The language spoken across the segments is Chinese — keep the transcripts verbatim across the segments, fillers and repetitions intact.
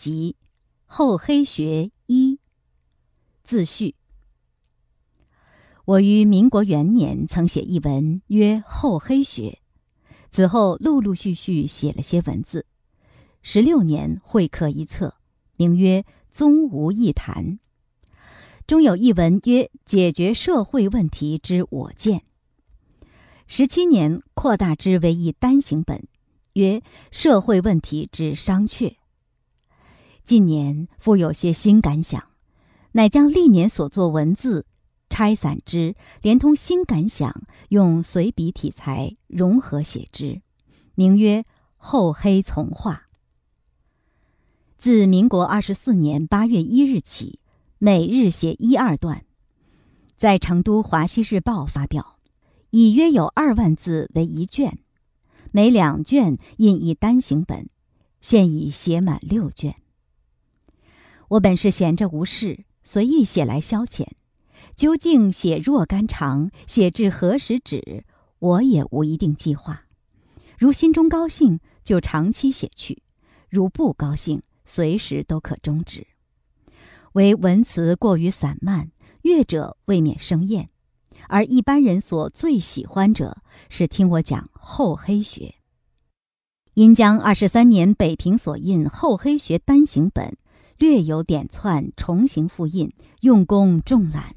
集《厚黑学一》自序。我于民国元年曾写一文曰《厚黑学》，此后陆陆续续写了些文字。十六年会刻一册，名曰《宗无异谈》，中有一文曰《解决社会问题之我见》。十七年扩大之为一单行本，曰《社会问题之商榷》。近年复有些新感想，乃将历年所作文字拆散之，连同新感想，用随笔体裁融合写之，名曰《厚黑从化》。自民国二十四年八月一日起，每日写一二段，在成都华西日报发表，以约有二万字为一卷，每两卷印一单行本，现已写满六卷。我本是闲着无事，随意写来消遣，究竟写若干长，写至何时止，我也无一定计划。如心中高兴，就长期写去；如不高兴，随时都可终止。唯文辞过于散漫，阅者未免生厌，而一般人所最喜欢者是听我讲厚黑学。因将二十三年北平所印厚黑学单行本略有点窜，重行复印，用功重览。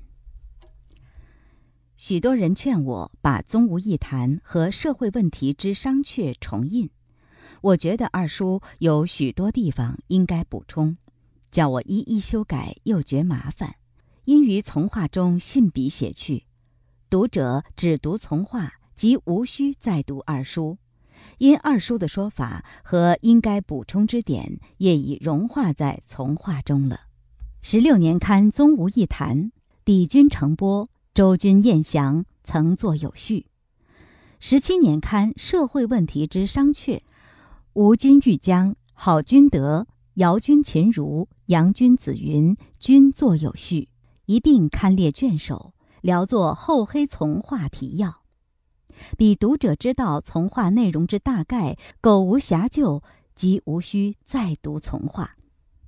许多人劝我把《宗无异谈》和《社会问题之商榷》重印，我觉得二书有许多地方应该补充，叫我一一修改又觉麻烦，因于从话中信笔写去，读者只读从话，即无需再读二书。因二书的说法和应该补充之点也已融化在从话中了。十六年刊《宗无异谈》，李君承播，周君彦祥曾作有序。十七年刊《社会问题之商榷》，吴君玉江、郝君德、姚君秦如、杨君子云均作有序，一并刊列卷首，聊作厚黑从话提要。比读者知道从话内容之大概，苟无暇究，即无需再读从话。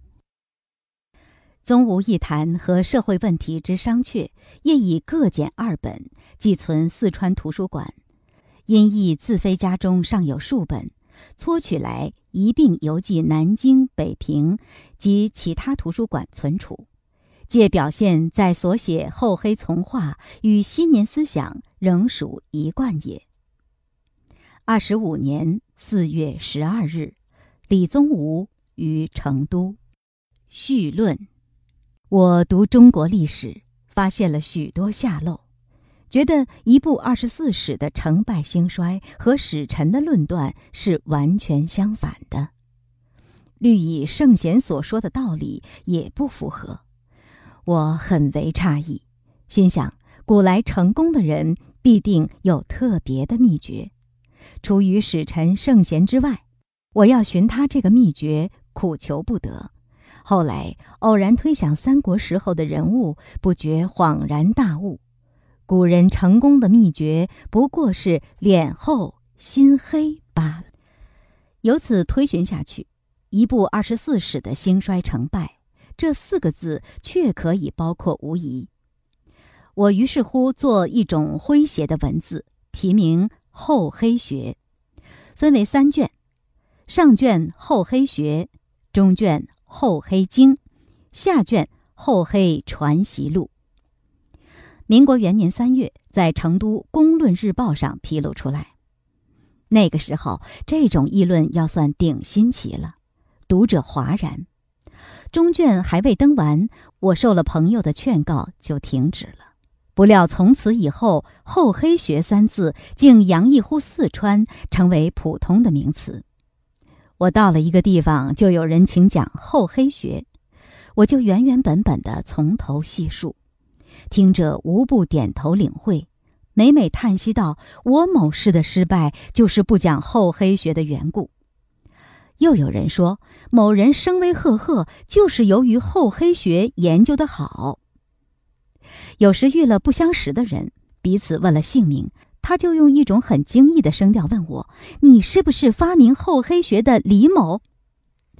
宗无异谈和社会问题之商榷业已各减二本，寄存四川图书馆。因亦自非家中尚有数本，撮取来一并邮寄南京、北平及其他图书馆存储，借表现在所写厚黑从话与昔年思想仍属一贯也。二十五年四月十二日，李宗吾于成都。序论：我读中国历史，发现了许多下漏，觉得一部二十四史的成败兴衰和史臣的论断是完全相反的，虑以圣贤所说的道理也不符合。我很为诧异，心想古来成功的人必定有特别的秘诀，除于使臣圣贤之外，我要寻他这个秘诀，苦求不得。后来偶然推想三国时候的人物，不觉恍然大悟，古人成功的秘诀不过是脸厚心黑罢了。由此推寻下去，一部二十四史的兴衰成败，这四个字确可以包括无疑。我于是乎做一种诙谐的文字，题名《厚黑学》，分为三卷，上卷《厚黑学》，中卷《厚黑经》，下卷《厚黑传习录》。民国元年三月，在成都《公论日报》上披露出来。那个时候，这种议论要算顶新奇了，读者哗然。中卷还未登完，我受了朋友的劝告，就停止了。不料从此以后，厚黑学三字竟洋溢乎四川，成为普通的名词。我到了一个地方，就有人请讲厚黑学，我就原原本本的从头细述，听者无不点头领会，每每叹息道：我某事的失败，就是不讲厚黑学的缘故。又有人说，某人声威赫赫，就是由于厚黑学研究得好。有时遇了不相识的人，彼此问了姓名，他就用一种很惊异的声调问我：你是不是发明厚黑学的李某？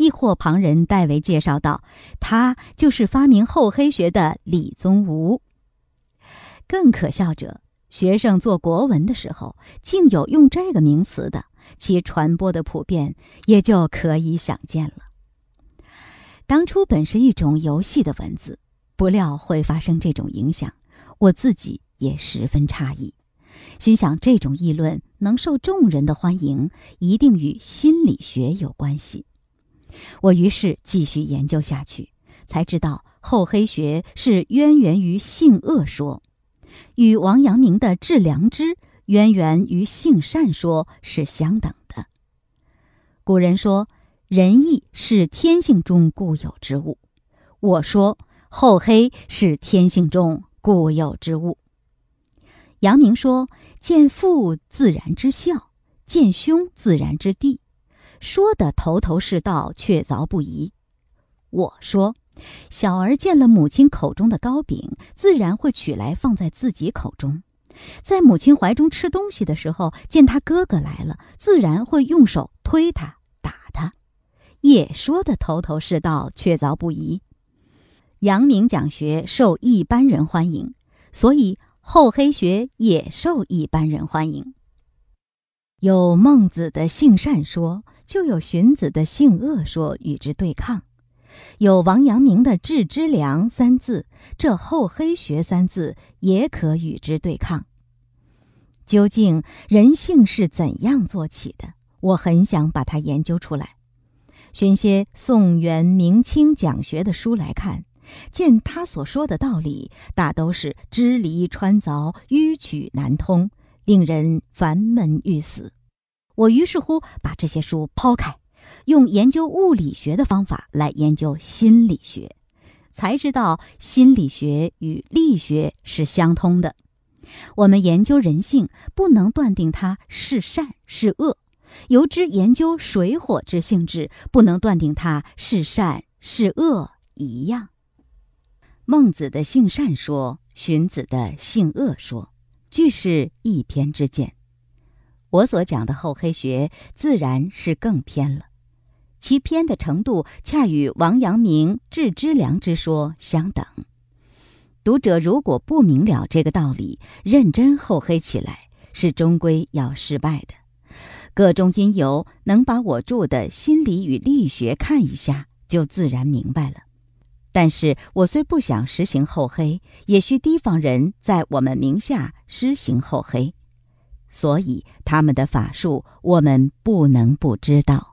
亦或旁人代为介绍道，他就是发明厚黑学的李宗吾。更可笑者，学生做国文的时候，竟有用这个名词的，其传播的普遍也就可以想见了。当初本是一种游戏的文字，不料会发生这种影响，我自己也十分诧异，心想这种议论能受众人的欢迎，一定与心理学有关系。我于是继续研究下去，才知道厚黑学是渊源于性恶说，与王阳明的致良知渊源于性善说是相等的。古人说仁义是天性中固有之物，我说厚黑是天性中固有之物。阳明说见父自然之孝，见兄自然之弟，说得头头是道，确凿不疑。我说小儿见了母亲口中的糕饼，自然会取来放在自己口中，在母亲怀中吃东西的时候，见他哥哥来了，自然会用手推他打他，也说得头头是道，确凿不疑。阳明讲学受一般人欢迎，所以厚黑学也受一般人欢迎。有孟子的性善说，就有荀子的性恶说与之对抗，有王阳明的致知良三字，这厚黑学三字也可与之对抗。究竟人性是怎样做起的？我很想把它研究出来。寻些宋元明清讲学的书来看，见他所说的道理，大都是支离穿凿，迂曲难通，令人烦闷欲死。我于是乎把这些书抛开，用研究物理学的方法来研究心理学，才知道心理学与力学是相通的。我们研究人性，不能断定它是善是恶，由之研究水火之性质，不能断定它是善是恶一样。孟子的性善说，荀子的性恶说，俱是一偏之见。我所讲的厚黑学自然是更偏了，其偏的程度恰与王阳明致知良之说相等。读者如果不明了这个道理，认真厚黑起来，是终归要失败的。各中因由能把我著的心理与力学看一下，就自然明白了。但是我虽不想实行厚黑，也需提防人在我们名下施行厚黑，所以他们的法术我们不能不知道。